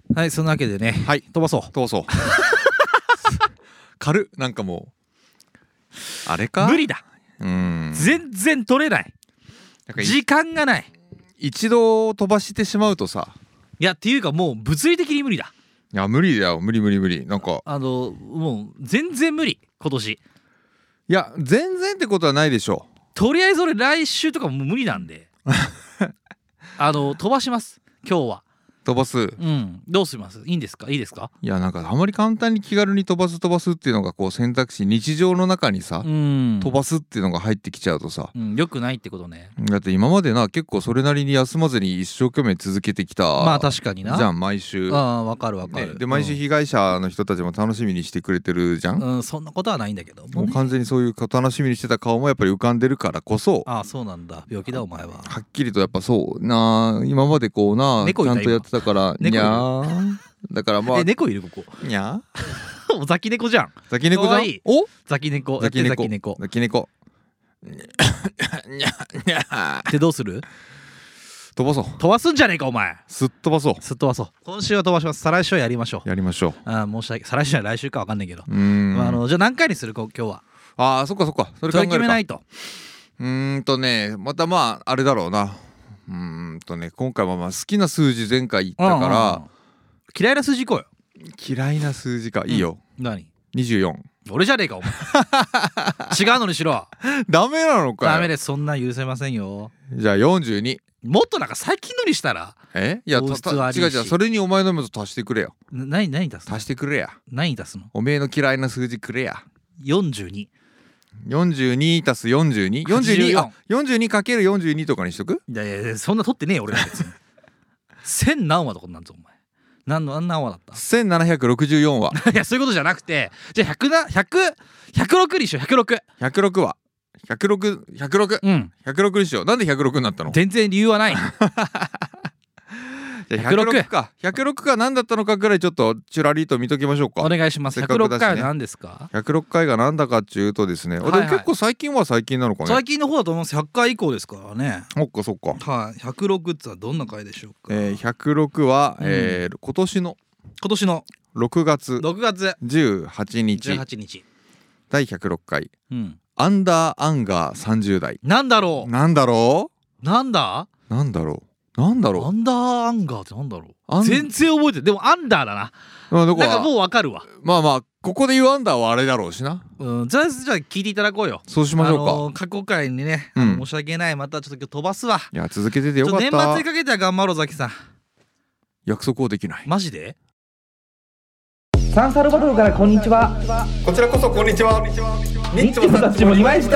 はい、そんなわけでね、 はい、 飛ばそう軽っ。なんかもうあれか、 無理だ。 全然取れない。時間がない。 一度飛ばしてしまうとさ、 いやっていうかもう物理的に無理だ。 いや無理だよ、無理。なんかもう全然無理今年。 いや全然ってことはないでしょ。 とりあえず俺来週とかもう無理なんで飛ばします今日は。 飛ばす。 どうします？いいんですか？いいですか？ いやなんかあまり簡単に気軽に飛ばすっていうのがこう選択肢、日常の中にさ、飛ばすっていうのが入ってきちゃうとさ、 よくないってことね。 だって今までな結構それなりに休まずに一生懸命続けてきた。 まあ確かにな。 じゃん毎週。 わかる、ね、 で毎週被害者の人たちも楽しみにしてくれてるじゃん。 そんなことはないんだけどもう完全にそういう楽しみにしてた顔もやっぱり浮かんでるからこそ。 そうなんだ。病気だお前は。 はっきりとやっぱそうな、今までこうなちゃんとやってたからにゃーだからまあ猫いるここにゃーザキ猫じゃん。 ザキ猫じゃん。 おザキ猫ってどうする？ 飛ばそう。 飛ばすんじゃねえかお前。 すっ飛ばそう。 今週は飛ばします。再来週はやりましょう。 申し訳再来週は来週か分かんないけど、じゃあ何回にする今日は。 そっかそれ考えるか。 決めないと。 またまああれだろうな。今回はまあ好きな数字前回言ったから、 嫌いな数字いこうよ。 嫌いな数字か。いいよ。 何 ？24。 俺じゃねえかお前違うのにしろ。 ダメなのかよ。 ダメです。そんなん許せませんよ。 じゃあ42。 もっとなんか最近のにしたら。 いや違うそれにお前の目と足してくれよ。 何足すの？ 足してくれや。 何足すの？ おめえの嫌いな数字くれや。 42 足す 42 42かける42とかにしとく？ いやそんな取ってねえよ俺ら別に1000何話とかなんぞお前。何話だった ？1764話。 いやそういうことじゃなくて、じゃあ106にしよう。 106話。106にしよう。なんで106になったの？ 全然理由はないじゃあ106か何だったのかぐらいちょっとチュラリと見ときましょうか。 お願いします。106回は何ですか ？106回がなんだかっていうとですね、でも結構最近なのかね。 最近の方だと思います。100回以降ですからね。 そっか。 はい。106ってはどんな回でしょうか ？106は今年の6月18日第106回アンダーアンガー30代。 なんだろう。 アンダーアンガーってなんだろう。全然覚えてる。でもアンダーだな。なんかもうわかるわ。 まあここで言うアンダーはあれだろうしな。 じゃあ聞いていただこうよ。 そうしましょうか。 過去回にね、申し訳ない。またちょっと今日飛ばすわ。 いや続けててよかった。 年末にかけては頑張ろうザキさん。 約束をできない。 マジで？サンサルバドルからこんにちは。 こちらこそこんにちは。 ニッチもサッチも2枚した。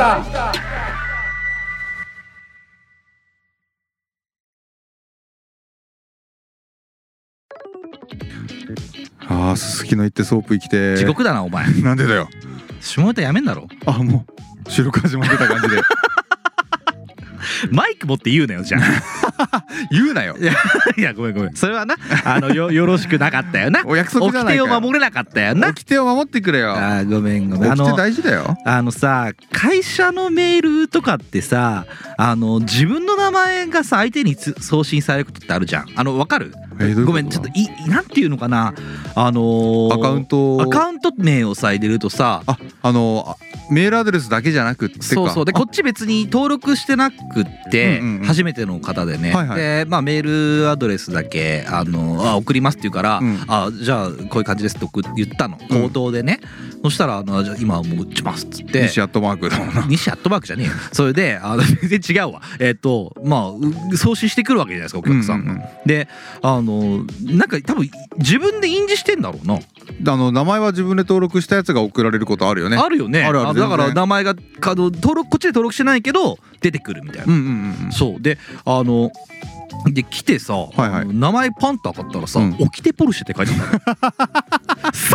すすきの行ってソープ行きて。 地獄だなお前。 なんでだよ。 下ネタやめんだろ。 もう収録始まってた感じでマイク持って言うなよじゃあ言うなよ。 いやごめんそれはなよろしくなかったよな。 お約束じゃないかよ。 掟を守れなかったよな。 掟を守ってくれよ。 ごめん掟大事だよ。 さ会社のメールとかってさ自分の名前がさ相手に送信されることってあるじゃん。わかる？ごめんちょっとなんていうのかな、 アカウント名をさ入れるとさメールアドレスだけじゃなくってか。 そうでこっち別に登録してなくって初めての方でね、でメールアドレスだけ送りますって言うから、じゃあこういう感じですって言ったの口頭でね。そしたらじゃあ今はもう打ちますっつって西アットマークだもんな。 西アットマークじゃねえよ。それで全然違うわ。送信してくるわけじゃないですかお客さんが。でなんか多分自分で印字してんだろうな。 名前は自分で登録したやつが送られることあるよね。 あるよね。 あるだから名前がこっちで登録してないけど出てくるみたいな。そうでで来てさ、名前パンと上がったらさ、オキテポルシェって書いてあったそんなわ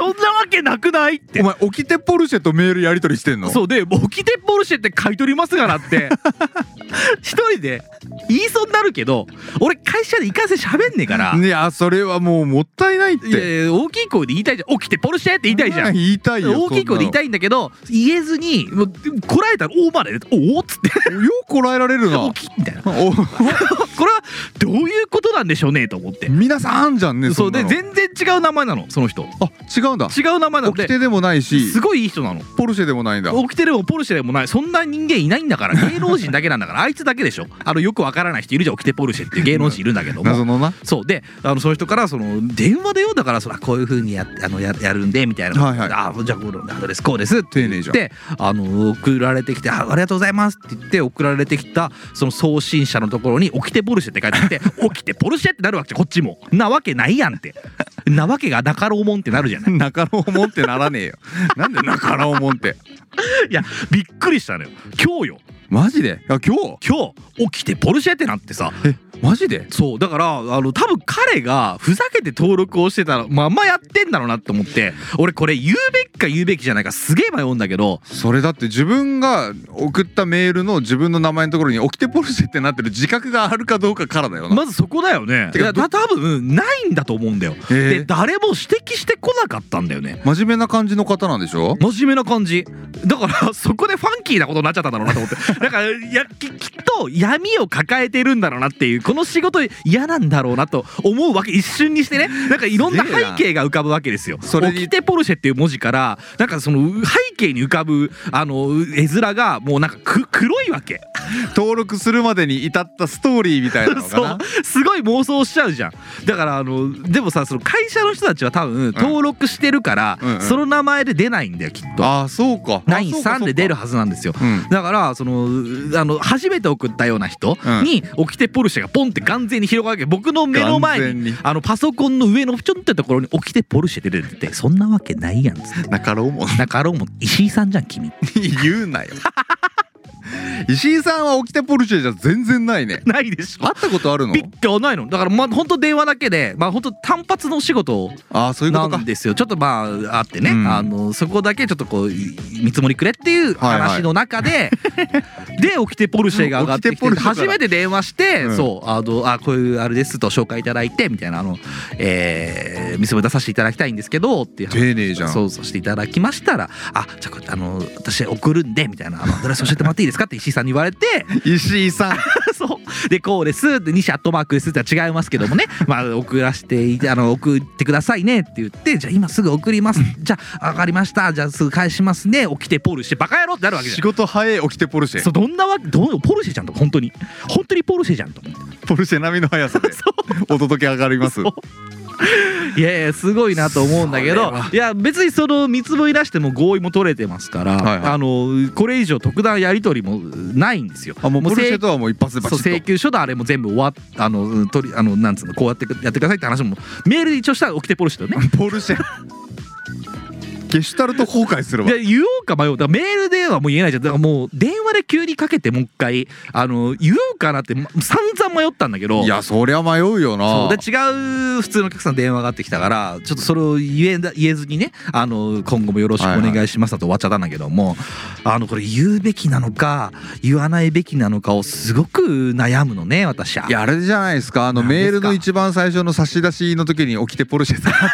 けなくないって。 お前起きてポルシェとメールやり取りしてんの？ そうで、起きてポルシェって買い取りますがなって一人で言いそうになるけど、俺会社でいかんせん喋んねえから。 いやそれはもうもったいないって。 いや大きい声で言いたいじゃん。起きてポルシェって言いたいじゃん。 言いたいよ。 大きい声で言いたいんだけど言えずに、もうこらえたらおまでおおっつってよくこらえられるな。 起きみたいなこれはどういうことなんでしょうねと思って。 皆さんあんじゃんね。 そうで全然違う名前なのその人。 あ違うんだ。 違う名前なので。 起きてでもないしすごいいい人なの。 ポルシェでもないんだ。 起きてでもポルシェでもない。そんな人間いないんだから。芸能人だけなんだからあいつだけでしょ。よくわからない人いるじゃん。起きてポルシェっていう芸能人いるんだけども謎のな。 そうでその人から電話でよだからこういう風にやるんでみたいな、 はいはい、 あじゃあこのアドレスこうですって言って送られてきてありがとうございますって言って送られてきたその送信者のところに起きてポルシェって書いてあって起きてポルシェってなるわけじゃん。こっちもなわけないやんってなわけがなかろうもんってなるじゃない。 なかろうもんってならねえよなんでなかろうもんっていやびっくりしたのよ今日よ。 マジで？今日起きてポルシェってなってさ。 マジで？ そうだから多分彼がふざけて登録をしてたままやってんだろうなって思って、俺これ言うべきか言うべきじゃないかすげえ迷うんだけど。 それだって自分が送ったメールの自分の名前のところに起きてポルシェってなってる自覚があるかどうかからだよな。 まずそこだよね。いや多分ないんだと思うんだよ。で誰も指摘してこなかったんだよね。 真面目な感じの方なんでしょ？ 真面目な感じだからそこでファンキーなことになっちゃったんだろうなと思ってだからきっと闇を抱えてるんだろうなっていう、この仕事嫌なんだろうなと思うわけ一瞬にしてね。なんかいろんな背景が浮かぶわけですよ。起きてポルシェっていう文字からなんかその背景に浮かぶ絵面がもうなんか黒いわけ登録するまでに至ったストーリーみたいなのかなそうすごい妄想しちゃうじゃん。だからでもさその会社の人たちは多分登録してるから、その名前で出ないんだよきっと。 ああそうか。 93で出るはずなんですよ。だから初めて送ったような人に起きてポルシェがポンって眼前に広がるわけ。僕の目の前にパソコンの上のちょんってところに起きてポルシェって出てて、そんなわけないやんっつって。 なかろうもん石井さんじゃん君言うなよ石井さんは起きてポルシェじゃ全然ないね。 ないでしょ。 会ったことあるの？ ないの。だからほんと電話だけでほんと単発のお仕事なんですよ。ちょっとあってね、そこだけちょっとこう見積もりくれっていう話の中でで起きてポルシェが上がってきて初めて電話して、そうこういうあれですと紹介いただいてみたいな見積もり出させていただきたいんですけどっていう丁寧じゃん。 そうしていただきましたらじゃあ私送るんでみたいなアドレス教えてもらっていいですかって石井さんに言われて石井さんそうでこうですって西アットマークですって違いますけどもね送らせて送ってくださいねって言って、じゃあ今すぐ送りますじゃあ分かりましたじゃあすぐ返しますね起きてポルシェバカ野郎ってなるわけじゃん。 仕事早い起きてポルシェ。 そうポルシェじゃんと本当にポルシェじゃんと思ってポルシェ並みの速さでお届け上がります。 いやすごいなと思うんだけど、いや別にその見積もり出しても合意も取れてますから、これ以上特段やり取りもないんですよ。 もうポルシェとはもう一発でバチッと請求書とあれも全部終わっなんつうのこうやってくださいって話もメールで一応したら起きてポルシェとねポルシェゲシュタルト崩壊するわ。 言おうか迷う。だからメールではもう言えないじゃん。だからもう電話で急にかけてもう一回言おうかなって散々迷ったんだけど。 いやそりゃ迷うよな。 そうで違う普通のお客さん電話がかかってきたからちょっとそれを言えずにね今後もよろしくお願いしますと終わっちゃったんだけども、これ言うべきなのか言わないべきなのかをすごく悩むのね私は。 いやあれじゃないですかメールの一番最初の差出しの時に起きてポルシェさんって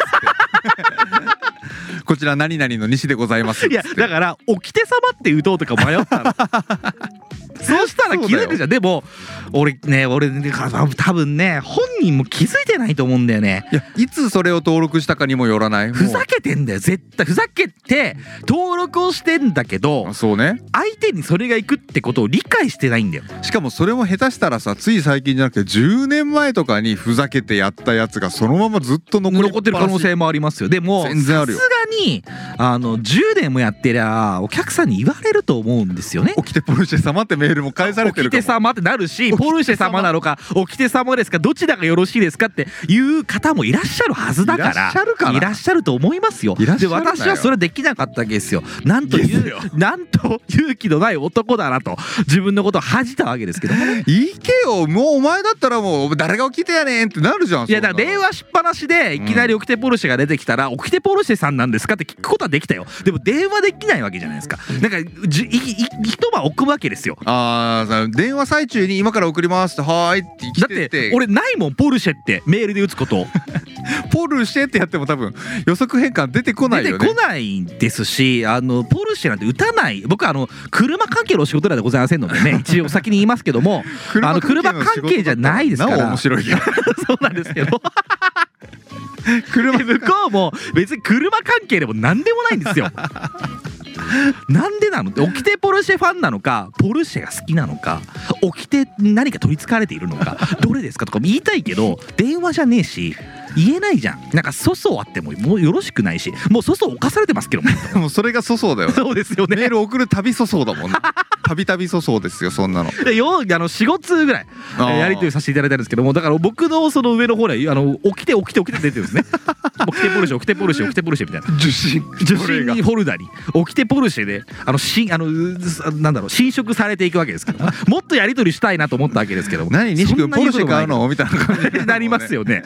こちら何々の西でございます。 いやだから起きて様って打とうとか迷ったのそうしたら気づくじゃん。でも俺多分ね本人も気づいてないと思うんだよね。 いつそれを登録したかにもよらない。 ふざけてんだよ絶対。ふざけて登録をしてんだけどそうね相手にそれがいくってことを理解してないんだよ。 しかもそれも下手したらさつい最近じゃなくて10年前とかにふざけてやったやつがそのままずっと残ってる可能性もありますよ。でも全然あるよ。 さすがに10年もやってりゃお客さんに言われると思うんですよね。 起きてポルシェ様ってメールも返されてるかも。 起きて様ってなるしポルシェ様なのか起きて様ですかどちらがよろしいですかっていう方もいらっしゃるはずだからいらっしゃると思いますよ。で私はそれできなかったわけですよ。なんと勇気のない男だなと自分のことを恥じたわけですけどね。 いけよもうお前だったらもう誰が起きてやねんってなるじゃん。 いやだから電話しっぱなしでいきなり起きてポルシェが出てきたら起きてポルシェさんなんですですかって聞くことはできたよ。でも電話できないわけじゃないですか。なんか一晩置くわけですよ。 電話最中に今から送りますってはーいって来てて、 だって俺ないもんポルシェってメールで打つことポルシェってやっても多分予測変換出てこないよね。 出てこないですし、ポルシェなんて打たない。僕車関係の仕事なんでございませんのでね一応先に言いますけども車関係じゃないですから。 なお面白いよそうなんですけど向こうも別に車関係でも何でもないんですよなんでなのって、オキテポルシェファンなのかポルシェが好きなのかオキテに何か取りつかれているのかどれですかとか言いたいけど電話じゃねえし言えないじゃん。なんか粗相あってももうよろしくないし、もう粗相犯されてますけどねもうそれが粗相だよね。 そうですよね。 メール送るたび粗相だもんねたびたび粗相ですよそんなの。 4,5通ぐらいやり取りさせていただいたんですけども、だから僕のその上の方で起きて出てるんですね起きてポルシェ起きてポルシェ起きてポルシェみたいな受信フォルダに起きてポルシェでなんだろう侵食されていくわけですけどもっとやり取りしたいなと思ったわけですけども、 何西君ポルシェ買うのみたいな感じになりますよね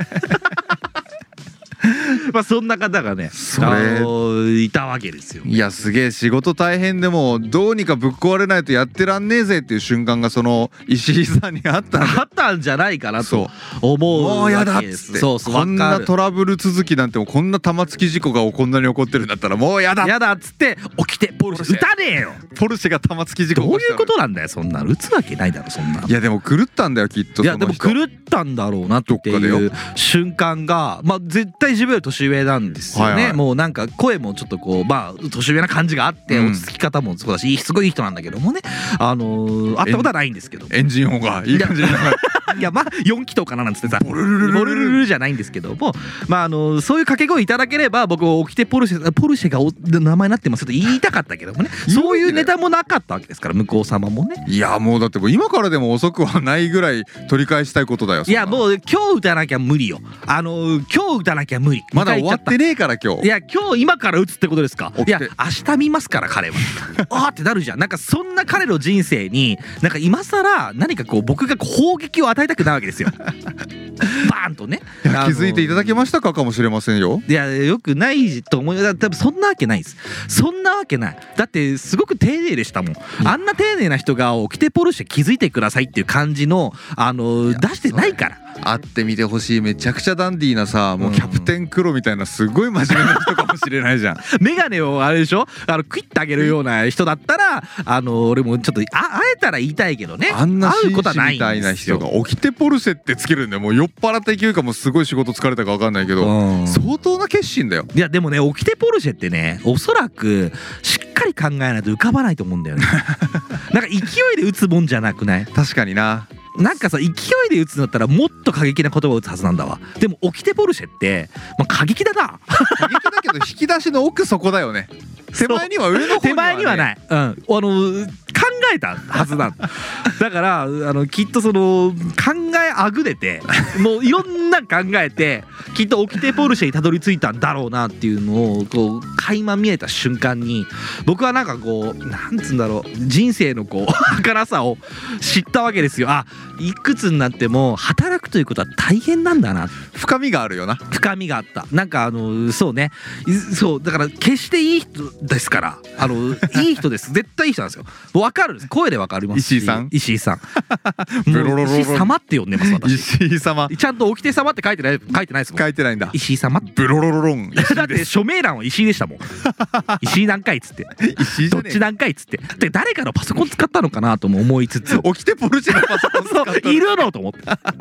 まあそんな方がねいたわけですよ。 いやすげえ仕事大変でもどうにかぶっ壊れないとやってらんねえぜっていう瞬間がその石井さんにあったんじゃないかなと思う。 もうやだっつって、こんなトラブル続きなんてもこんな玉突き事故がこんなに起こってるんだったらもうやだっつって起きてポルシェ打たねえよ。 ポルシェが玉突き事故どういうことなんだよ。そんな打つわけないだろそんな。 いやでも狂ったんだよきっと。 いやでも狂ったんだろうなっていう瞬間がまあ絶対自分より年上なんですよね。もうなんか声もちょっとこうまあ年上な感じがあって落ち着き方もそうだしすごいいい人なんだけどもね、会ったことはないんですけど、 エンジン音がいい感じにいやまあ4気筒かななんつってさボルルルじゃないんですけども、まあそういう掛け声いただければ僕起きてポルシェが名前になってますと言いたかったけどもね、そういうネタもなかったわけですから向こう様もね。 いやもうだって今からでも遅くはないぐらい取り返したいことだよ。 いやもう今日打たなきゃ無理よ。今日打たなきゃ無理。 まだ終わってねえから今日。 いや今から打つってことですか。いや明日見ますから彼はあーってなるじゃん。なんかそんな彼の人生になんか今更何かこう僕が砲撃を与えたくないわけですよバーンとね。 気づいていただけましたかもしれませんよ。 いやよくないと思う。多分そんなわけないです。そんなわけない。だってすごく丁寧でしたもん。あんな丁寧な人が起きてポルシェ気づいてくださいっていう感じの出してないから。 会ってみてほしい。めちゃくちゃダンディーなさもうキャプテン黒みたいなすごい真面目な人かもしれないじゃんメガネをあれでしょクイッてあげるような人だったら俺もちょっと会えたら言いたいけどね。 あんな紳士みたいな人が起きてポルシェってつけるんだよ。もう酔っ払った勢いかもすごい仕事疲れたか分かんないけど相当な決心だよ。 いやでもね起きてポルシェってねおそらくしっかり考えないと浮かばないと思うんだよねなんか勢いで打つもんじゃなくない？ 確かにな。 なんかさ勢いで打つんだったらもっと過激な言葉を打つはずなんだわ。でも起きてポルシェって、まあ、過激だな過激だけど引き出しの奥底だよね。手前には上の方には、ね、 手前にはない。考えたはずなんだからきっとその考えあぐれてもういろんな考えてきっと起きてポルシェにたどり着いたんだろうなっていうのをこう垣間見えた瞬間に僕はなんかこうなんつうんだろう人生のこう儚さを知ったわけですよ。いくつになっても働くということは大変なんだな。 深みがあるよな。 深みがあった。なんかそうねそうだから決していい人ですからいい人です絶対いい人なんですよ。分かるんです。声で分かりますし。石井さんもう石井様って呼んでます私。 石井様ちゃんと起きて様って書いてないですもん。 書いてないんだ。 石井様ブロロロロンだって署名欄は石井でしたもん石井何回っつって石井じゃねえどっち何回っつってで誰かのパソコン使ったのかなとも思いつつ起きてポルシェのパソコン使ったいるのと思って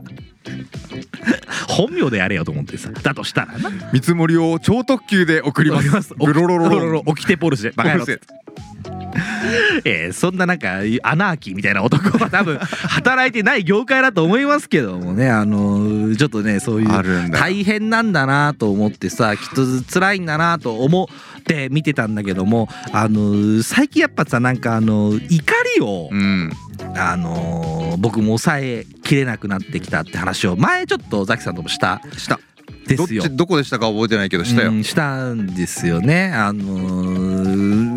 本名でやれよと思ってさ。だとしたらな見積もりを超特急で送ります。ブロロロロン起きてポルシェバカ野郎そんななんかアナーキーみたいな男は多分働いてない業界だと思いますけどもねちょっとねそういう大変なんだなと思ってさきっと辛いんだなと思って見てたんだけども最近やっぱさなんか怒りを、僕も抑えきれなくなってきたって話を前ちょっとザキさんともしたですよ。 どこでしたか覚えてないけどしたよ、 したんですよね。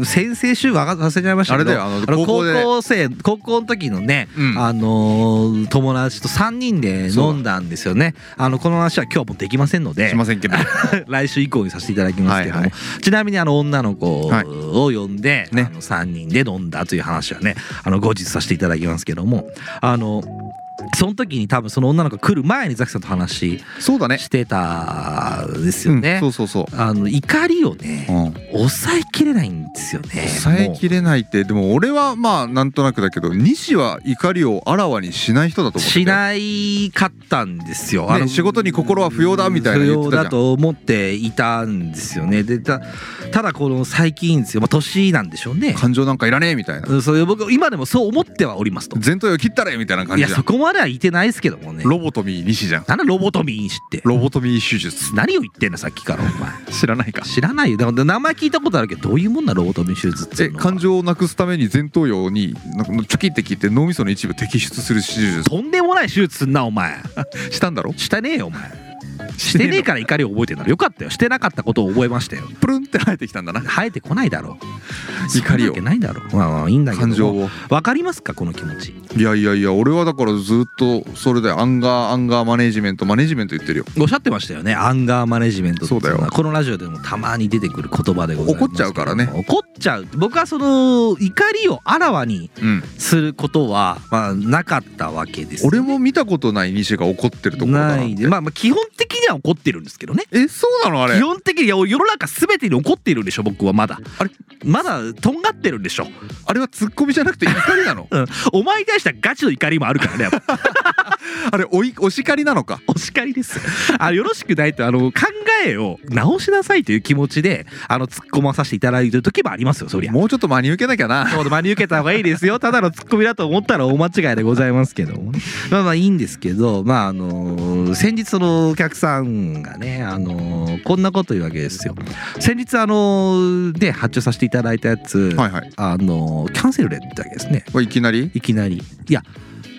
先々週忘れちゃいましたけど、あれだよ、高校の時のね、友達と3人で飲んだんですよね。この話は今日はもうできませんので、 しませんけど来週以降にさせていただきますけども、ちなみに女の子を呼んで、3人で飲んだという話はね、後日させていただきますけども、その時に多分その女の子来る前にザキさんと話してたんですよね。怒りをね、抑えきれないんですよね。 抑えきれないって、でも俺はまあなんとなくだけど、西は怒りをあらわにしない人だと思ってしないかったんですよ。 仕事に心は不要だみたいな言ってたじゃん。 不要だと思っていたんですよね。でただこの最近ですよ、年なんでしょうね。 感情なんかいらねえみたいな。 僕今でもそう思ってはおりますと。 前頭葉切ったれみたいな感じじゃん。 いやそこまではいてないですけどもね。 ロボトミー西じゃん。 なんだロボトミー西って。 ロボトミー手術。 何を言ってんのさっきからお前。 知らないか。 知らないよ。だから名前聞いたことあるけど、どういうもんなロボトミー手術っていうのは。 感情をなくすために前頭葉にチョキって切って脳みその一部摘出する手術。 とんでもない手術すんなお前。 したんだろ。 したねえよお前。してねえから怒りを覚えてんだろ。よかったよ。してなかったことを覚えましたよ。 プルンって生えてきたんだな。 生えてこないだろう。 怒りを。 ないだろう。まあいいんだけど。 感情を。 わかりますかこの気持ち。 いや俺はだからずっとそれでアンガーマネジメント言ってるよ。 おっしゃってましたよね。アンガーマネジメント。 そうだよ。 このラジオでもたまに出てくる言葉でございます。 怒っちゃうからね。 怒っちゃう。僕はその怒りをあらわにすることはまあなかったわけです。 俺も見たことない西が怒ってるところだな。 ないで、まあ基本的には怒ってるんですけどね。 そうなのあれ。 基本的に世の中すべてに怒ってるんでしょ僕はまだ。あれまだとんがってるんでしょ。 あれはツッコミじゃなくて怒りなの。 お前に対してはガチの怒りもあるからね。 あれお叱りなのか。 お叱りです。よろしくないと考えを直しなさいという気持ちで突っ込まさせていただいてる時もありますよ。そりゃもうちょっと真に受けなきゃな。 そう真に受けた方がいいですよ。ただのツッコミだと思ったら大間違いでございますけども、まあいいんですけど、先日そのお客さんがねこんなこと言うわけですよ。先日で発注させていただいたやつ、キャンセルでってわけですね。 いきなりいや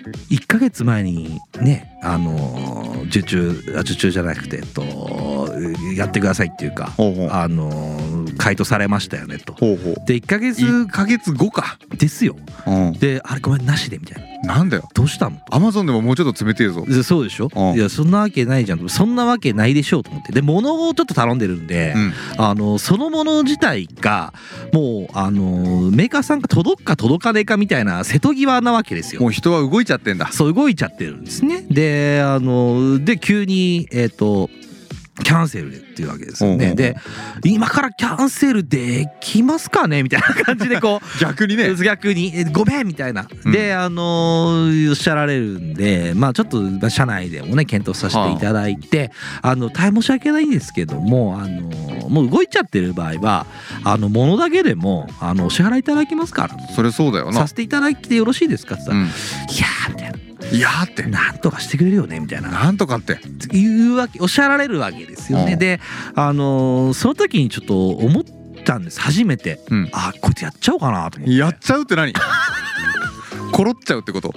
1ヶ月前にね受注じゃなくてやってくださいっていうか回答されましたよねと。で1ヶ月後かですよ。であれごめんなしでみたいな。 なんだよどうしたの。 アマゾンでももうちょっと冷てえぞ。 そうでしょ。いやそんなわけないじゃん。そんなわけないでしょうと思って。で物をちょっと頼んでるんで、そのもの自体がもうメーカーさんが届くか届かねえかみたいな瀬戸際なわけですよ。 もう人は動いちゃってんだ。 そう動いちゃってるんですね。で急にキャンセルでっていうわけですよね。で今からキャンセルできますかねみたいな感じでこう逆にごめんみたいなでおっしゃられるんで、まあちょっと社内でもね検討させていただいて大変申し訳ないんですけどももう動いちゃってる場合は物だけでもお支払いいただきますからそれそうだよなさせていただいてよろしいですかって言ったら、いやーみたいな。 いやーってなんとかしてくれるよねみたいな。 なんとかっていうわけおっしゃられるわけですよね。でその時にちょっと思ったんです初めて。こいつやっちゃおうかなと思って。 やっちゃうって何コロっちゃうってこと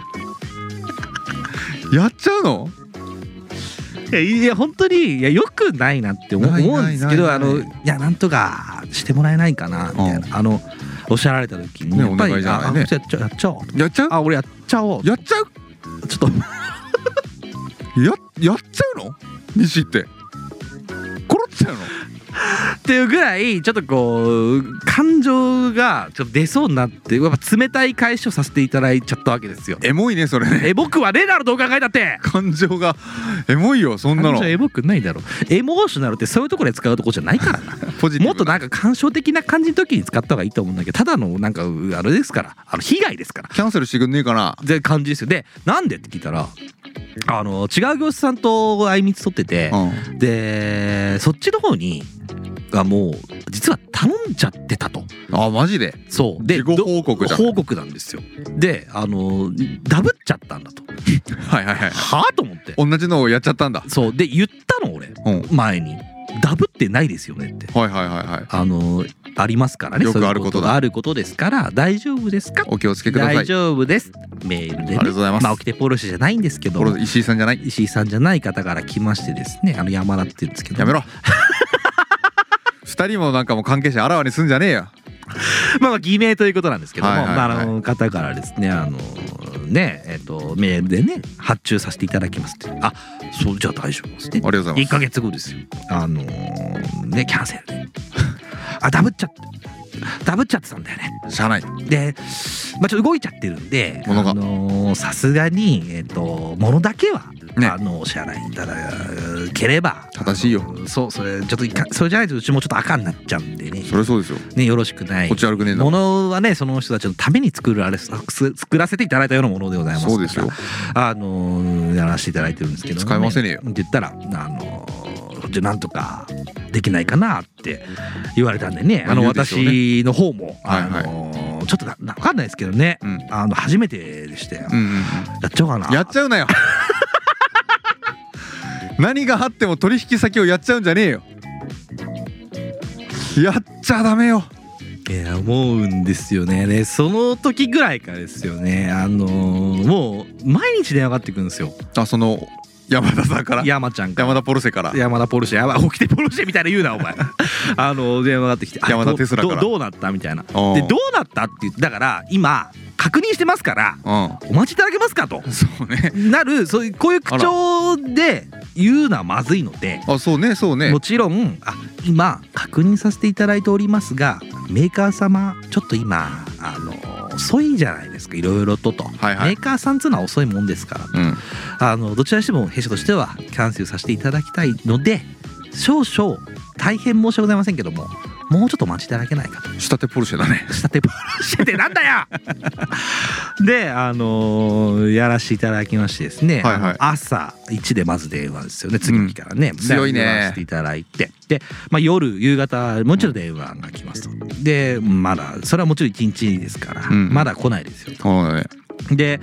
やっちゃうの。 いや本当によくないなって思うんですけどいやなんとかしてもらえないかなみたいなおっしゃられた時にやっぱりやっちゃおう。 やっちゃう。 俺やっちゃおう。 やっちゃう。 ちょっとやっちゃうの西ってコロっちゃうのっていうぐらいちょっとこう感情がちょっと出そうになってやっぱ冷たい返しをさせていただいちゃったわけですよ。 エモいねそれね。 僕はねえだろどう考えたって感情がエモいよそんなの。 感情エモくないだろ。エモーショナルってそういうところで使うとこじゃないからなもっとなんか感傷的な感じの時に使った方がいいと思うんだけどただのなんかあれですから被害ですからキャンセルしてくんねえかなって感じですよ。でなんでって聞いたら違う業者さんと相密取ってて、でそっちの方にもう実は頼んじゃってたと。 マジで。 そうで事後報告じゃん。 報告なんですよ。でダブっちゃったんだと。 はいはあと思って同じのをやっちゃったんだ。 そうで言ったの俺、前にダブってないですよねって。ありますからね。 よくあることだ。 あることですから大丈夫ですか。 お気をつけください。 大丈夫です。メールで、ね、ありがとうございます。 起きてポルシェじゃないんですけど石井さんじゃない方から来ましてですね山田って言うんですけどやめろ2人もなんかも関係者あらわにすんじゃねえよ。 まあ偽名ということなんですけども、方からですねメールでね発注させていただきますって。あ、そうじゃあ大丈夫ですね。 ありがとうございます。 1ヶ月後ですよ。ねキャンセルでダブっちゃってたんだよね。 しゃあない。 で、まあちょっと動いちゃってるんで、さすがに物だけはね、お支払いいただければ正しいよ。 そう、それちょっとそれじゃないとうちもちょっと赤になっちゃうんでね。 それそうですよね、よろしくない。 こっち悪くねえんだ。 物はねその人たちのために作らせていただいたようなものでございますから。 そうですよ。 やらせていただいてるんですけど、ね、 使いませねえよって言ったらじゃなんとかできないかなって言われたんでね、私の方もちょっと分かんないですけどね、初めてでしたよ。やっちゃおうかな。 やっちゃうなよ。何があっても取引先をやっちゃうんじゃねえよ。やっちゃダメよ。 いや思うんですよね。でその時ぐらいからですよね。もう毎日電話かかってくるんですよ。 その山田さんから、 山ちゃんから、 山田ポルシェから、 山田ポルシェ、起きてポルシェみたいな言うなお前。電話がかかってきて、 山田テスラからどうなったみたいな。でどうなったって言って、だから今確認してますから、お待ちいただけますかと。 そうね。 こういう口調で言うのはまずいので。 そうねそうね。 もちろん今確認させていただいておりますが、メーカー様ちょっと今遅いじゃないですか、いろいろと。メーカーさんっていうのは遅いもんですから、どちらにしても弊社としてはキャンセルさせていただきたいので、少々大変申し訳ございませんけども、もうちょっとお待ちいただけないかと。 仕立てポルシェだね。 仕立てポルシェってなんだよ。でやらせていただきましてですね、朝1でまず電話ですよね、次の日からね、 強いね。 電話していただいて、で、夕方もうちろん電話が来ますと。でまだそれはもちろん1日ですから、まだ来ないですよと。で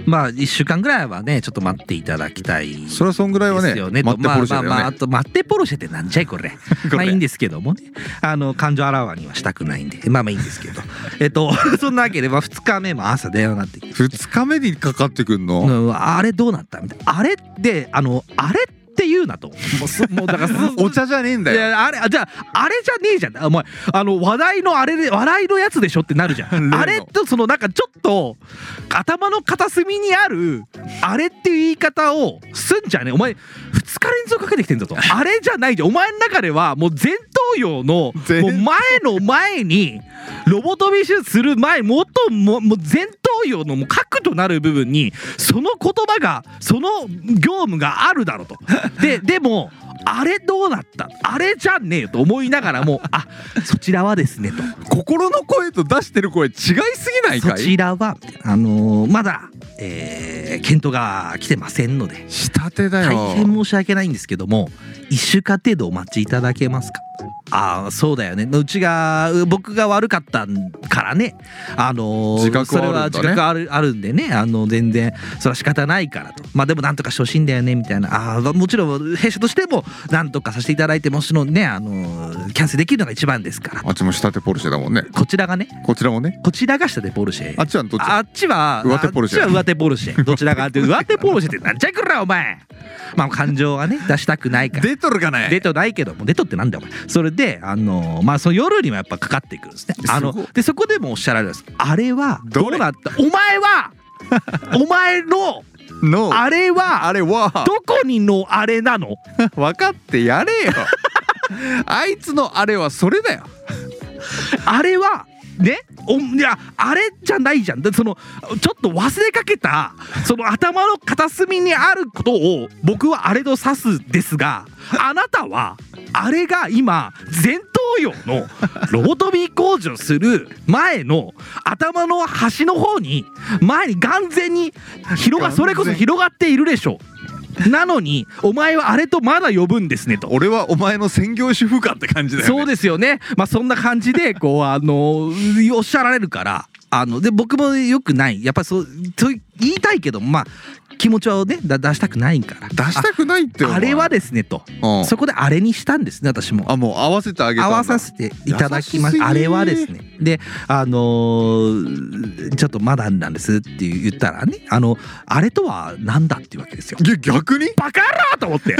1週間ぐらいはねちょっと待っていただきたいですよね。 それはそんぐらいはね。待ってポルシェだよね。 あと待ってポルシェってなんじゃいこれ。まあいいんですけどもね、感情あらわにはしたくないんで、まあいいんですけどそんなわけで2日目も朝電話がかかってきて、 2日目にかかってくんの。 あれどうなったみたいな。あれってあれって言うなと。もうだからお茶じゃねえんだよ。 いやあれじゃねえじゃん。お前話題のあれで笑いのやつでしょってなるじゃん。あれとなんかちょっと頭の片隅にあるあれっていう言い方をすんじゃねえ。お前2日連続かけてきてんぞと。あれじゃないじゃん。お前の中ではもう前頭葉のもう前にロボトミ手術する前もう前頭葉のもう核となる部分にその言葉がその業務があるだろうと。でもあれどうなった、あれじゃねえよと思いながらもそちらはですねと。 心の声と出してる声違いすぎないかい。 そちらはまだ検討が来てませんので、 仕立てだよ。 大変申し訳ないんですけども1週間程度お待ちいただけますか。そうだよね、僕が悪かったからね、 自覚それは自覚あるんでね、全然それは仕方ないからと。でもなんとかしてほしいんだよねみたいな。もちろん弊社としてもなんとかさせていただいて、もちろんねキャンセルできるのが一番ですから。 あっちも仕立てポルシェだもんね。 こちらがね。 こちらもね。 こちらが仕立てポルシェ。 あっちはどっち？ あっちは上手ポルシェ。 あっちは上手ポルシェ。どちらかって上手ポルシェってなんちゃいくらお前。感情はね出したくないから。 出とるかね。 出とないけども、出とってなんだよお前。それでその夜にもやっぱかかってくるんですね。でそこでもおっしゃられるんです。あれはどうなった？お前のあれはどこにのあれなの？ 分かってやれよ。あいつのあれはそれだよ。 あれはね、いやあれじゃないじゃん。ちょっと忘れかけたその頭の片隅にあることを僕はあれと指すですが、あなたはあれが今前頭葉のロボトミー工事をする前の頭の端の方に前に眼前にそれこそ広がっているでしょ。なのにお前はあれとまだ呼ぶんですねと。 俺はお前の専業主婦かって感じだよね。 そうですよね。そんな感じでおっしゃられるから、で僕もよくない、やっぱりそう言いたいけど気持ちをね出したくないから。 出したくないってあれはですねと、そこであれにしたんですね。私ももう合わせてあげたんだ。 合わさせていただきます。あれはですね、でちょっとまだなんですって言ったらね、あれとはなんだっていうわけですよ。 逆にバカ野郎と思って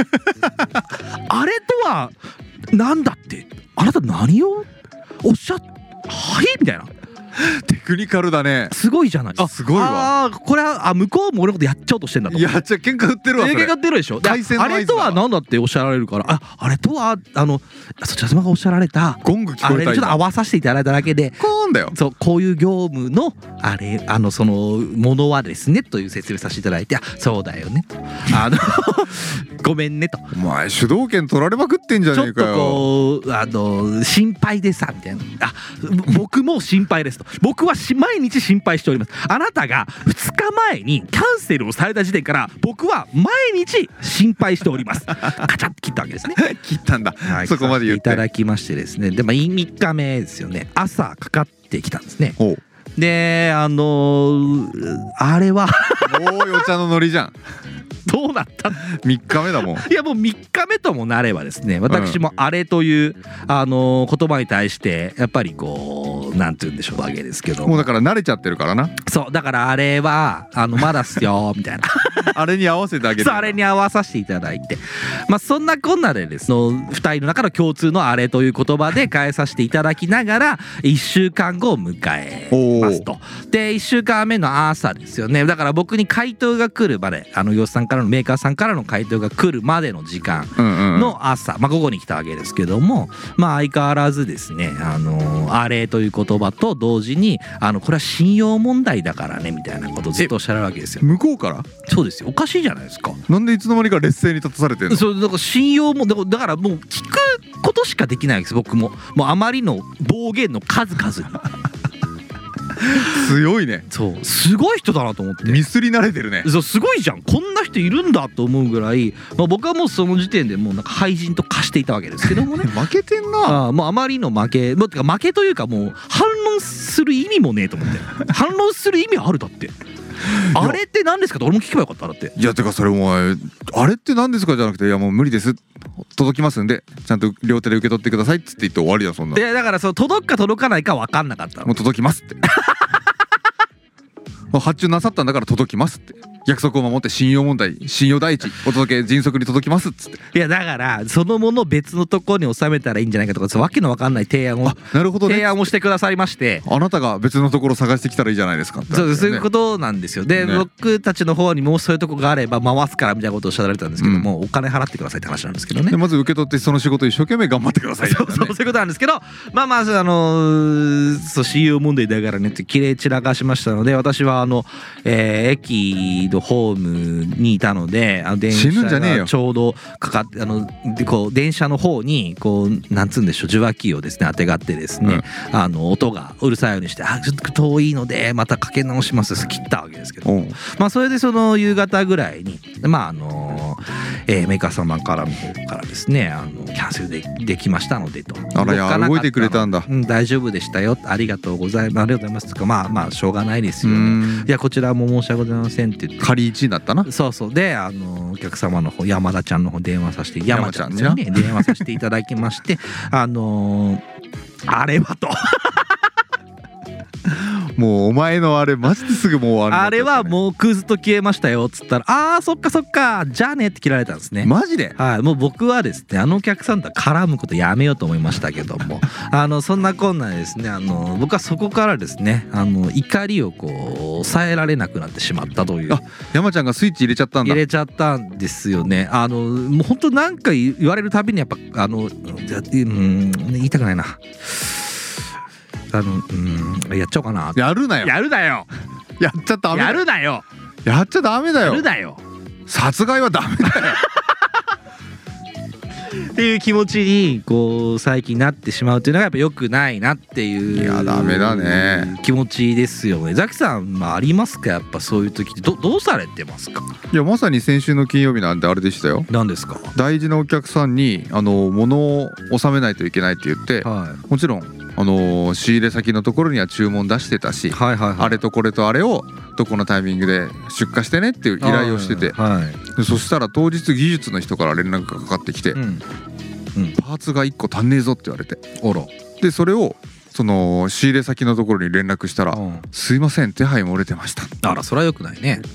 あれとはなんだって、あなた何をおっしゃっははいみたいな。 テクニカルだね。 すごいじゃない。 すごいわ。 これは向こうも俺のことやっちゃおうとしてんだと。 いや、じゃあ喧嘩売ってるわ。 喧嘩売ってるでしょ。あれとは何だっておっしゃられるから、あれとはそちら様がおっしゃられたゴング聞こえた。 あれちょっと合わさせていただいただけで、 コーンだよ。 そう、こういう業務のそのものはですねという説明させていただいて、そうだよねと、ごめんねと。 お前主導権取られまくってんじゃねえかよ。 ちょっとこう心配でさみたいな。僕も心配ですと。僕は毎日心配しております。あなたが2日前にキャンセルをされた時点から僕は毎日心配しております。カチャッと切ったわけですね。 切ったんだ、はい、そこまで言っていただきましてですね。で、3日目ですよね。朝かかってきたんですね。であれはもうお茶のノリじゃん。 どうなった 3日目だもん。 いや、もう3日目ともなればですね、私もあれという、言葉に対してやっぱりこうなんて言うんでしょうわけですけど、 もうだから慣れちゃってるからな。 そうだから、あれはまだっすよみたいなあれに合わせてあげる。 そう、あれに合わさせていただいて、そんなこんなでですね、2人の中の共通のあれという言葉で変えさせていただきながら1週間後を迎えますと。で1週間目の朝ですよね。だから僕に回答が来るまで、業者さんからのメーカーさんからの回答が来るまでの時間の朝、午後に来たわけですけども、相変わらずですね、あれという言葉と同時にこれは信用問題だからねみたいなことをずっとおっしゃるわけですよ。 向こうから？ そうですよ。おかしいじゃないですか。 なんでいつの間にか劣勢に立たされてるの？ そうだから信用もだからもう聞くことしかできないんです。僕もあまりの暴言の数々に強いね。 そう、すごい人だなと思って。 ミスり慣れてるね。 そう、すごいじゃん、こんな人いるんだと思うぐらい、僕はもうその時点でもうなんか廃人と化していたわけですけどもね負けてんな。 もうあまりの負け、負けというか、もう反論する意味もねえと思って反論する意味あるだってあれって何ですかって俺も聞けばよかった。だっていや、てかそれもあれって何ですかじゃなくて、いやもう無理です、届きますんでちゃんと両手で受け取ってくださいっつって言って終わりだ。そんな。 いや、だから届くか届かないか分かんなかったの。 もう届きますって発注なさったんだから届きますって、約束を守って信用問題、信用第一、お届け迅速に届きますっつって。 いや、だからそのもの別のところに収めたらいいんじゃないかとか、わけのわかんない提案を、 なるほどね、 提案をしてくださりまして、 あなたが別のところ探してきたらいいじゃないですかって、ね、 そういうことなんですよ。で、僕たちの方にもそういうとこがあれば回すからみたいなことをおっしゃられたんですけども、お金払ってくださいって話なんですけどね。 まず受け取ってその仕事一生懸命頑張ってください、ね、 そういうことなんですけど、そう信用問題だからねってきれい散らかしましたので、私は駅のホームにいたので、電車がちょうどかかってこう電車の方にこうなんつうんでしょう、受話器をですねあてがってですね、音がうるさいようにして、ちょっと遠いのでまたかけ直しますって切ったわけですけど、それでその夕方ぐらいにメーカー様からの方からですね、キャンセルできましたのでと。 あらや、動いてくれたんだ。 大丈夫でしたよ、ありがとうございます、ありがとうございますとか、しょうがないですよね、いやこちらも申し訳ございませんって言って、 仮1になったな。 そうでお客様の方、山田ちゃんの方電話させて、山ちゃんですよね、電話させていただきましてあれはともうお前のあれマジですぐもう終わる、ね、 あれはもうクズと消えましたよっつったら、そっかじゃあねって切られたんですね。 マジで？ はい、もう僕はですね、お客さんと絡むことやめようと思いましたけどもそんなこんなでですね、僕はそこからですね、怒りをこう抑えられなくなってしまったという。 山ちゃんがスイッチ入れちゃったんだ。 入れちゃったんですよね。もう本当なんか言われるたびにやっぱ言いたくないな、やっちゃおうかな。 やるなよ。 やるなよ。 やっちゃダメだよ。 やるなよ。 やっちゃダメだよ。 やるなよ。 殺害はダメだよっていう気持ちにこう最近なってしまうっていうのがやっぱ良くないなっていう。 いやダメだね。 気持ちですよね。ザキさんありますか、やっぱそういう時ってどうされてますか？ いやまさに先週の金曜日なんてあれでしたよ。 何ですか？ 大事なお客さんに物を納めないといけないって言って、もちろん仕入れ先のところには注文出してたし、あれとこれとあれをどこのタイミングで出荷してねっていう依頼をしてて、そしたら当日技術の人から連絡がかかってきて、パーツが1個足んねえぞって言われて、でそれをその仕入れ先のところに連絡したら、すいません手配漏れてました。 あら、それはよくないね。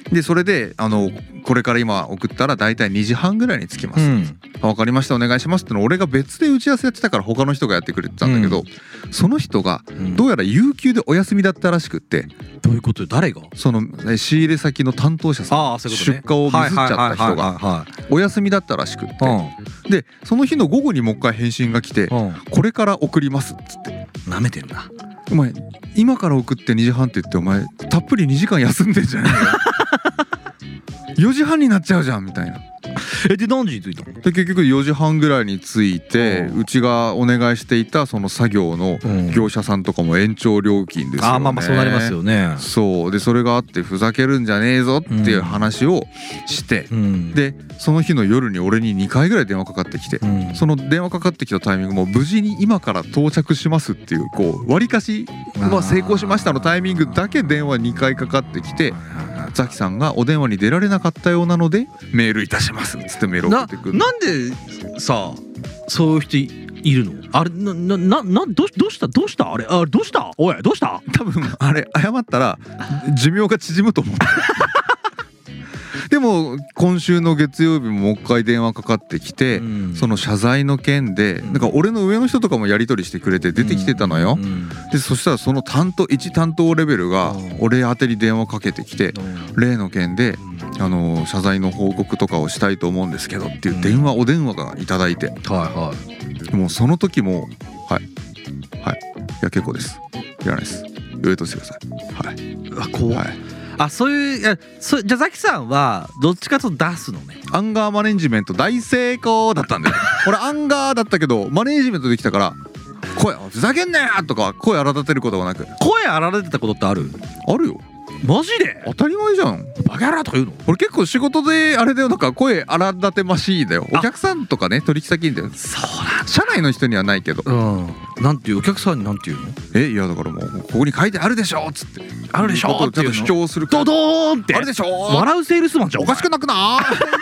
でそれでこれから今送ったら大体2時半ぐらいに着きます、分かりましたお願いしますっての俺が別で打ち合わせやってたから他の人がやってくれてたんだけど、その人がどうやら有給でお休みだったらしくって、 どういうこと？誰が？ その仕入れ先の担当者さん、出荷をミスっちゃった人がお休みだったらしくって、でその日の午後にもう一回返信が来て、これから送りますっつって。 なめてるな。 お前今から送って2時半って言ってお前たっぷり2時間休んでんじゃねえよ4時半になっちゃうじゃんみたいな。 で何時に着いたの？ で結局4時半ぐらいに着いて、うちがお願いしていたその作業の業者さんとかも延長料金ですよね。 まあそうなりますよね。 そうでそれがあってふざけるんじゃねえぞっていう話をして、でその日の夜に俺に2回ぐらい電話かかってきて、その電話かかってきたタイミングも無事に今から到着しますっていうわりかし成功しましたのタイミングだけ電話2回かかってきて、ザキさんがお電話に出られなかったようなのでメールいたしますっつってメール送ってくる。 なんでさそういう人いるの？あれどうしたあれどうしたおいどうした？ 多分あれ謝ったら寿命が縮むと思うでも今週の月曜日ももう一回電話かかってきて、その謝罪の件でなんか俺の上の人とかもやり取りしてくれて出てきてたのよ。でそしたらその1担当レベルが俺宛てに電話かけてきて、例の件で謝罪の報告とかをしたいと思うんですけどっていうお電話がいただいて、もうその時もはいいや結構ですいらないです上としてください。 怖い。そういうじゃあザキさんはどっちかと出すのね。 アンガーマネジメント大成功だったんだよ俺アンガーだったけどマネジメントできたから声ふざけんなよとか声荒立てることがなく。 声荒立てたことってある？ あるよ。 マジで？ 当たり前じゃん。 バカ野郎とか言うの？ 俺結構仕事であれだよ、なんか声荒立てましいだよ。お客さんとかね取引先にだよ。 そうなんだ。 社内の人にはないけど。 なんていうお客さんになんて言うの？ いやだからもうここに書いてあるでしょっつって。 あるでしょっていうの。 ちゃんと主張するから。 ドドーンって。 あるでしょ。 笑うセールスマンじゃん。 おかしくなくな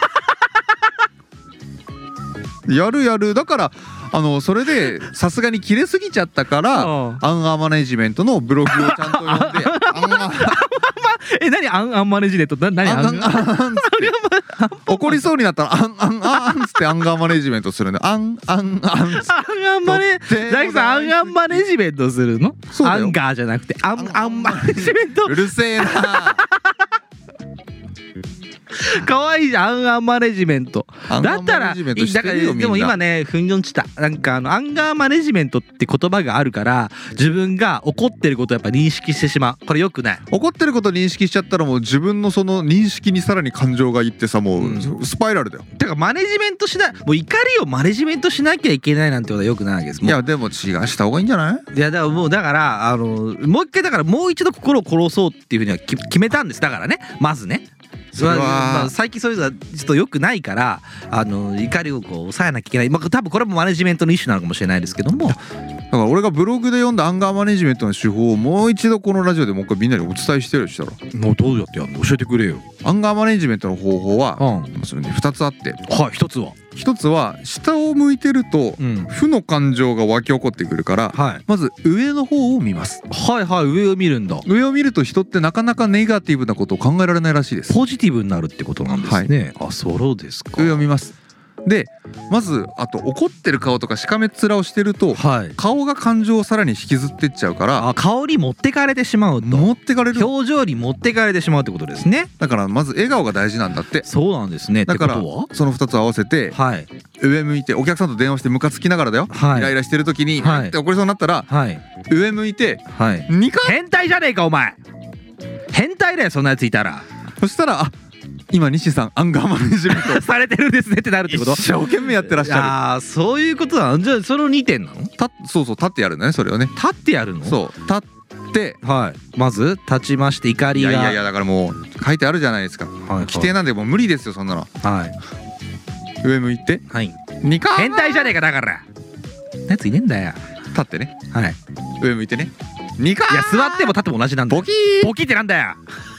やるだからそれでさすがに切れすぎちゃったからアンガーマネジメントのブログをちゃんと読んで何アンマネジメント何怒りそうになったらアンつってアンガーマネジメントするんでアンザキさんアンガーマネジメントするの？アンガーじゃなくてアンマネジメント。うるせえな可愛いじゃんアンマネジメントだったら。だからでも今ねふんよんちたなんかアンガーマネジメントって言葉があるから自分が怒ってることをやっぱ認識してしまう。これよくない。 怒ってることを認識しちゃったらもう自分のその認識にさらに感情がいってさもうスパイラルだよ。 だからマネジメントしないもう怒りをマネジメントしなきゃいけないなんてことはよくないわけです。 いやでも違うした方がいいんじゃない？ いやだからもうもう一回だからもう一度心を殺そうっていうふうには決めたんです。だからねまずね最近そういうのはちょっと良くないから怒りを抑えなきゃいけない。多分これもマネジメントの一種なのかもしれないですけども、だから俺がブログで読んだアンガーマネジメントの手法をもう一度このラジオでもう一回みんなにお伝えしてるしたらもうどうやってやるの教えてくれよ。 アンガーマネジメントの方法はそれね2つあって、 1つは下を向いてると負の感情が湧き起こってくるから、まず上の方を見ます。 上を見るんだ。 上を見ると人ってなかなかネガティブなことを考えられないらしいです。 ポジティブになるってことなんですね。そうですか。 上を見ます。でまずあと怒ってる顔とかしかめっ面をしてると、顔が感情をさらに引きずってっちゃうから顔に持ってかれてしまうと。 持ってかれる。 表情に持ってかれてしまうってことですね。 だからまず笑顔が大事なんだって。 そうなんですね。 だからその2つ合わせて、上向いてお客さんと電話してムカつきながらだよ、イライラしてる時にって怒りそうになったら、上向いて2回変態じゃねえかお前。変態だよそんなやついたら。 そしたら今西さんアンガーマネジメントされてるんですねってなるってこと。 一生懸命やってらっしゃる。 そういうことなの。じゃあその2点なの。 そう立ってやるんだねそれをね。 立ってやるの。 そう立ってまず立ちまして怒りが。 いやだからもう書いてあるじゃないですか。規定なんでもう無理ですよそんなの。上向いて2回変態じゃねえかだからやついねえんだよ。 立ってね上向いてね2回。 いや座っても立っても同じなんだよ。ボキってなんだよ。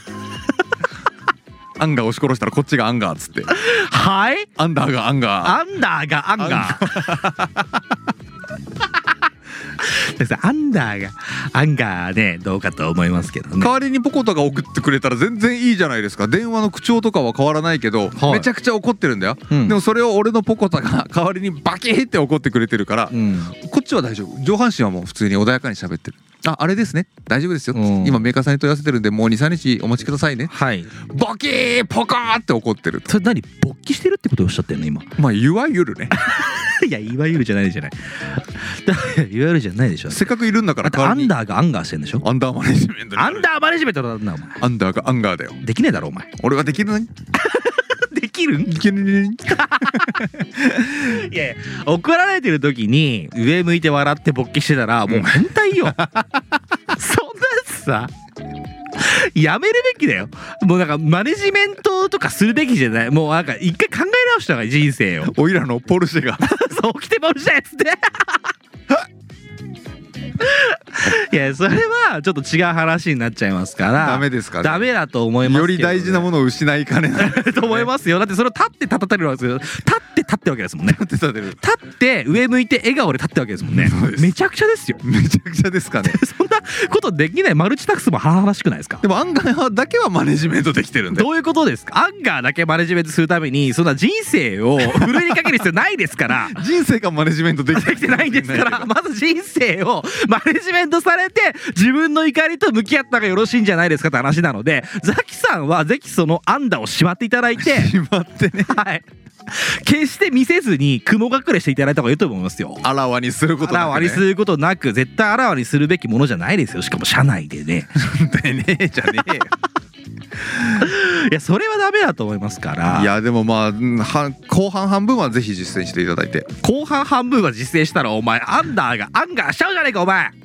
アンガー押し殺したらこっちがアンガーっつってアンダーがアンガーアンダーねどうかと思いますけどね。 代わりにポコタが送ってくれたら全然いいじゃないですか。電話の口調とかは変わらないけど、めちゃくちゃ怒ってるんだよ、でもそれを俺のポコタが代わりにバキーって怒ってくれてるから、こっちは大丈夫。上半身はもう普通に穏やかに喋ってる。あれですね、大丈夫ですよ、今メーカーさんに問い合わせてるんでもう 2,3 日お待ちくださいね。ボキーポカーって怒ってる。 それ何勃起してるってことをおっしゃってんの今。 まあいわゆるねいやいわゆるじゃないじゃないいわゆるじゃないでしょ。 せっかくいるんだからアンダーがアンガーしてんでしょ。 アンダーマネジメント。 アンダーマネジメントなんだお前。 アンダーがアンガーだよ。 できねえだろお前。 俺はできるのにできるんいけねいや怒られてる時に上向いて笑って勃起してたらもう変態よそんなやつさやめるべきだよ。もうなんかマネジメントとかするべきじゃない。もうなんか一回考え直した方がいい人生を。 おいらのポルシェがそう起きてポルシェっつっていやそれはちょっと違う話になっちゃいますからダメですかね。 ダメだと思いますけど、ね、 より大事なものを失いかねないと思いますよ。だってそれを立って立たれるわけですよ。立ってわけですもんね。立って上向いて笑顔で立ってわけですもんね。めちゃくちゃですよ。 めちゃくちゃですかねそんなことできない。マルチタスクも華々しくないですか。 でもアンガーだけはマネジメントできてるんで。 どういうことですか。アンガーだけマネジメントするためにそんな人生をふるいにかける必要ないですから人生がマネジメントできてないんですからまず人生をマネジメントされて自分の怒りと向き合った方がよろしいんじゃないですかって話なので、ザキさんはぜひそのアンダーをしまっていただいてしまってねはい決して見せずに雲隠れしていただいた方がいいと思いますよ。 あらわにすることなくね。 あらわにすることなく絶対あらわにするべきものじゃないですよ。しかも社内でねでねえじゃねえよいやそれはダメだと思いますから。 いやでもまあ後半半分はぜひ実践していただいて。 後半半分は実践したらお前アンダーがアンガーしちゃうじゃねえかお前。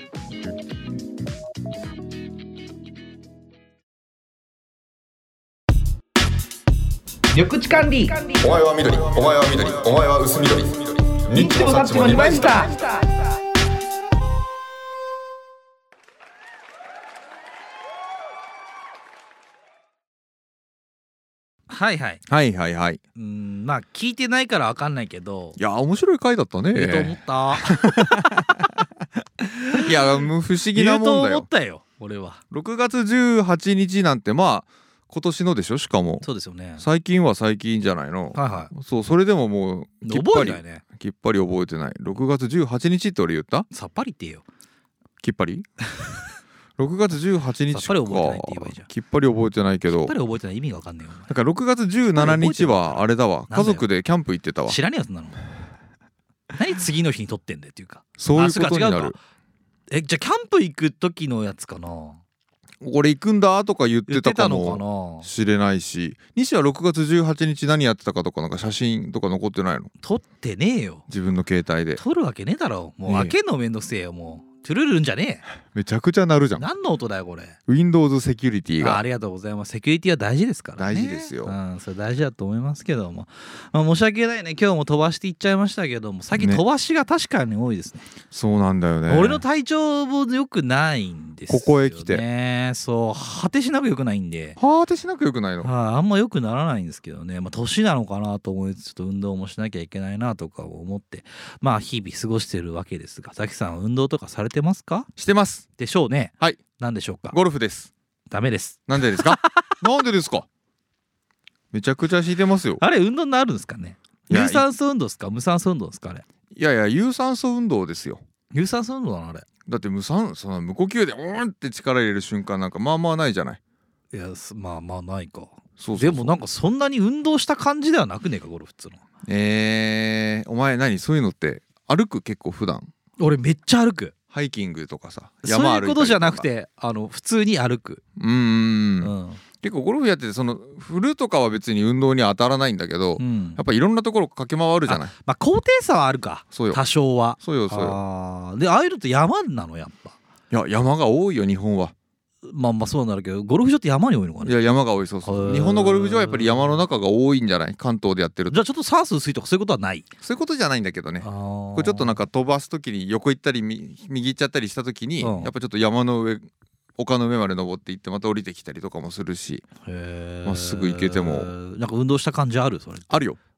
緑地管理。 お前は緑、お前は緑、お前は薄緑。 ニッチもサッチも2枚したはいはいはいはいはい。 まあ聞いてないから分かんないけど、 いや面白い回だったね。 言うと思ったいや不思議なもんだよ。 言うと思ったよ俺は。 6月18日なんてまあ今年のでしょ。しかもそうですよね。 最近は最近じゃないの。そうそれでももう覚えてないね。 きっぱり覚えてない。6月18日って俺言った？ さっぱりって言えよ。 きっぱり6月18日か。 さっぱり覚えてないって言えばいいじゃん。 きっぱり覚えてないけど。 きっぱり覚えてない意味が分かんないよ。 だから6月17日はあれだわ。家族でキャンプ行ってたわ。 知らねえやつなの。何次の日に撮ってんだよっていうか。 そういうことになる。 じゃあキャンプ行く時のやつかな。 俺行くんだとか言ってたかもしれないし、西は6月18日何やってたかとかなんか写真とか残ってないの？ 撮ってねえよ。 自分の携帯で撮るわけねえだろ。もう開けんのめんどくせえよ。もうトゥルルンじゃねえ。 めちゃくちゃ鳴るじゃん。 何の音だよこれ。 Windows セキュリティが。 ありがとうございます。セキュリティは大事ですからね。 大事ですよ。 それ大事だと思いますけども、申し訳ないね。今日も飛ばしていっちゃいましたけども、最近飛ばしが確かに多いですね。 そうなんだよね。 俺の体調も良くないんですよね。 ここへ来てそう果てしなく良くないんで。 果てしなく良くないの。 あんま良くならないんですけどね。年なのかなと思いつつ、ちょっと運動もしなきゃいけないなとか思って日々過ごしてるわけですが、ザキさん運動とかされてますか？ してますでしょうね。 はい。 何でしょうか？ ゴルフです。 ダメです。 なんでですか？なんでですか？めちゃくちゃしてますよ。 あれ運動になるんですかね？有酸素運動ですか？無酸素運動ですか？あれ。 いやいや有酸素運動ですよ。 有酸素運動なのあれ。 だって無呼吸でって力入れる瞬間なんかまあまあないじゃない。 いやまあまあないか。 そうでもなんかそんなに運動した感じではなくねえかゴルフっつうの。 お前何そういうのって歩く結構普段？ 俺めっちゃ歩く。 ハイキングとかさ、 山歩いたりとか。そういうことじゃなくて普通に歩く。 結構ゴルフやってて振るとかは別に運動には当たらないんだけど、やっぱいろんなところ駆け回るじゃない。 高低差はあるか。 そうよ。 多少は。 そうよ。 でああいうのって山なのやっぱ。 いや山が多いよ日本は。 まあそうなるけど、ゴルフ場って山に多いのかね。 いや山が多い。そう日本のゴルフ場はやっぱり山の中が多いんじゃない？関東でやってると。 じゃあちょっと酸素薄いとかそういうことはない？ そういうことじゃないんだけどね。これちょっとなんか飛ばす時に横行ったり右行っちゃったりした時に、やっぱちょっと山の上丘の上まで登っていってまた降りてきたりとかもするし、まっすぐ行けてもなんか運動した感じある？それあるよ。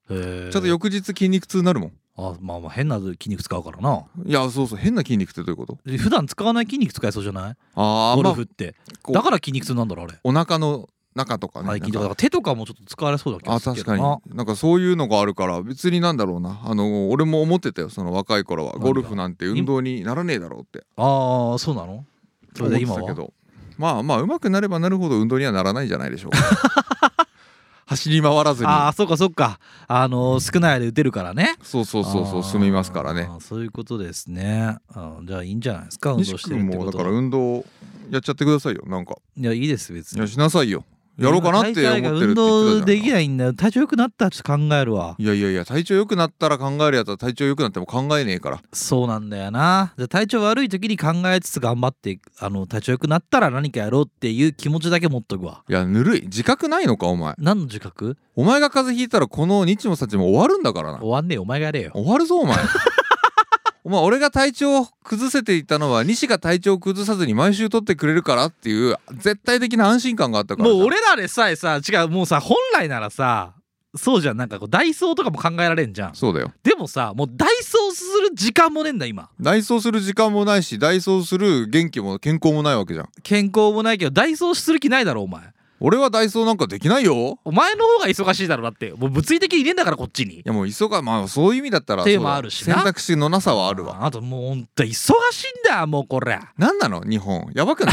ちょっと翌日筋肉痛になるもん。 まあ変な筋肉使うからな。 いやそう変な筋肉ってどういうこと？ 普段使わない筋肉使えそうじゃない？ゴルフって、だから筋肉痛なんだろあれ。 お腹の中とかね、 だから手とかもちょっと使われそうだけど。 確かになんかそういうのがあるから別になんだろうな、俺も思ってたよ、その若い頃はゴルフなんて運動にならねえだろうって。 そうなの？それで今は？ けどまあ上手くなればなるほど運動にはならないんじゃないでしょうか。走り回らずに。 そうか少ないで打てるからね。 そう済みますからね。 そういうことですね。じゃあいいんじゃないですか、運動してるってこと。西君もだから運動やっちゃってくださいよ。なんかいやいいです別に。 いやしなさいよ。やろうかなって思ってるって言ってたじゃん。運動できないんだよ。体調良くなったらちょっと考えるわ。 いや体調良くなったら考えるやつは体調良くなっても考えねえから。 そうなんだよな。じゃあ体調悪い時に考えつつ頑張って体調良くなったら何かやろうっていう気持ちだけ持っとくわ。 いやぬるい。自覚ないのかお前。 何の自覚？ お前が風邪ひいたらこの日もさちも終わるんだからな。 終わんねえよ、お前がやれよ。 終わるぞお前。お前俺が体調を崩せていたのは西が体調を崩さずに毎週取ってくれるからっていう絶対的な安心感があったから。 もう俺らでさえさ、違う、もうさ本来ならさそうじゃん、なんかダイソーとかも考えられんじゃん。 そうだよ。 でもさもうダイソーする時間もねえんだ今。 ダイソーする時間もないしダイソーする元気も健康もないわけじゃん。 健康もないけどダイソーする気ないだろお前。 俺はダイソーなんかできないよ。 お前の方が忙しいだろ。だってもう物理的にいねえんだからこっちに。 いやもうまあそういう意味だったらテーマあるしな。 選択肢のなさはあるわ。 あともうほんと忙しいんだよもうこれ。 なんなの日本やばくない？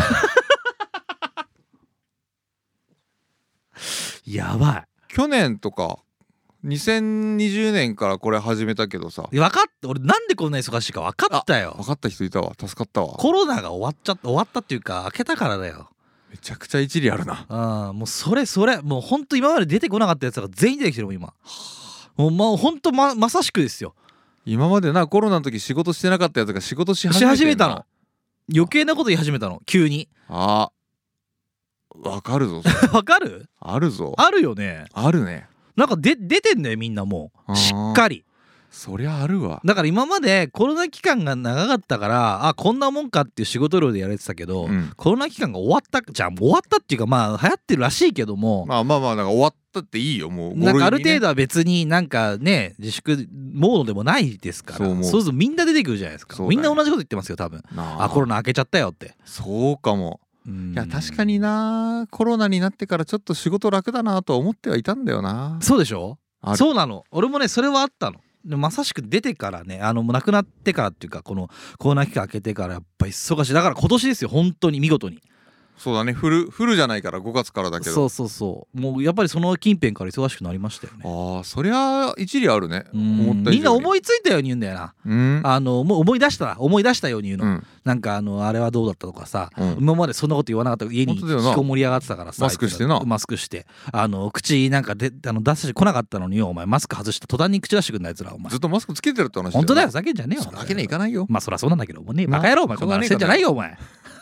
やばい。 去年とか2020年からこれ始めたけどさ。 分かった。俺なんでこんな忙しいか分かったよ。 分かった人いたわ。助かったわ。 コロナが終わったっていうか明けたからだよ。 めちゃくちゃ一理あるな。 もうそれもうほんと今まで出てこなかったやつが全員出てきてるもん今。もうほんと まさしくですよ。 今までなコロナの時仕事してなかったやつが仕事し始めたの。余計なこと言い始めたの急に。 わかるぞ。 わかる？ あるぞ。 あるよね。 あるね。 なんか出てんだよみんなもうしっかり。 そりゃあるわ。 だから今までコロナ期間が長かったからこんなもんかっていう仕事量でやれてたけど、コロナ期間が終わったっていうかまあ流行ってるらしいけども、 まあなんか終わったっていいよもう。 なんかある程度は別になんかね自粛モードでもないですから。そうするとみんな出てくるじゃないですか。みんな同じこと言ってますよ多分。コロナ明けちゃったよって。 そうかも。いや確かにな、コロナになってからちょっと仕事楽だなと思ってはいたんだよな。 そうでしょ。そうなの。俺もねそれはあったの。でまさしく出てからねもう亡くなってからっていうかこのコロナ期間明けてからやっぱ忙しい。だから今年ですよ本当に見事に。 そうだね。フルじゃないから5月からだけど。 そうもうやっぱりその近辺から忙しくなりましたよね。 そりゃ一理あるね。 思った以上にみんな思いついたように言うんだよな。もう思い出したように言うの。なんかあれはどうだったとかさ、今までそんなこと言わなかった家に引きこもりやがってたからさ。 マスクして口なんか出してこなかったのによお前マスク外した途端に口出してくんないやつらお前。 ずっとマスクつけてるって話だよ。 本当だよふざけんじゃねえよ。 そんなわけにいかないよ。 まあそりゃそうなんだけどもねバカ野郎お前こんな話してんじゃないよお前。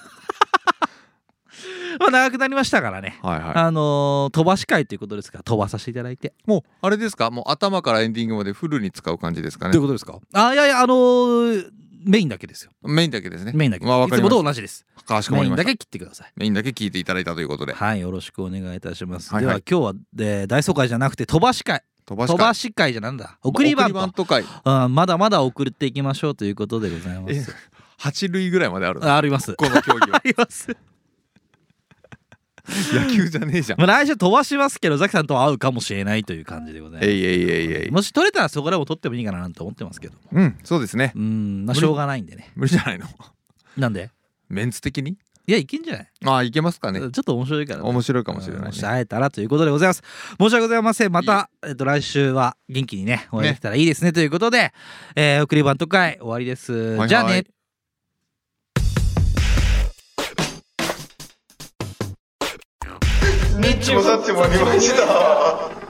まあ長くなりましたからね。飛ばし会ということですから飛ばさせていただいて。 もうあれですか、もう頭からエンディングまでフルに使う感じですかね。 どういうことですか。いやメインだけですよ。 メインだけですね。 メインだけ。いつもと同じです。 かしこまりました。 メインだけ切ってください。 メインだけ聞いていただいたということで、 はいよろしくお願いいたします。では今日は大総会じゃなくて飛ばし会。飛ばし会じゃなんだ送りバント会。まだまだ送っていきましょうということでございます。 8類ぐらいまである。 あります。 この競技はあります。 野球じゃねえじゃん。 来週飛ばしますけどザキさんとは会うかもしれないという感じでございます。もし取れたらそこでも取ってもいいかなと思ってますけど。 そうですね。 しょうがないんでね。 無理じゃないの。 なんでメンツ的に。 いやいけんじゃない。 いけますかね。ちょっと面白いから、 面白いかもしれない、 もし会えたらということでございます。申し訳ございません。また来週は元気にねお会いできたらいいですねということで、送りバント会終わりです。じゃあね。 ニッチもサッチもありました。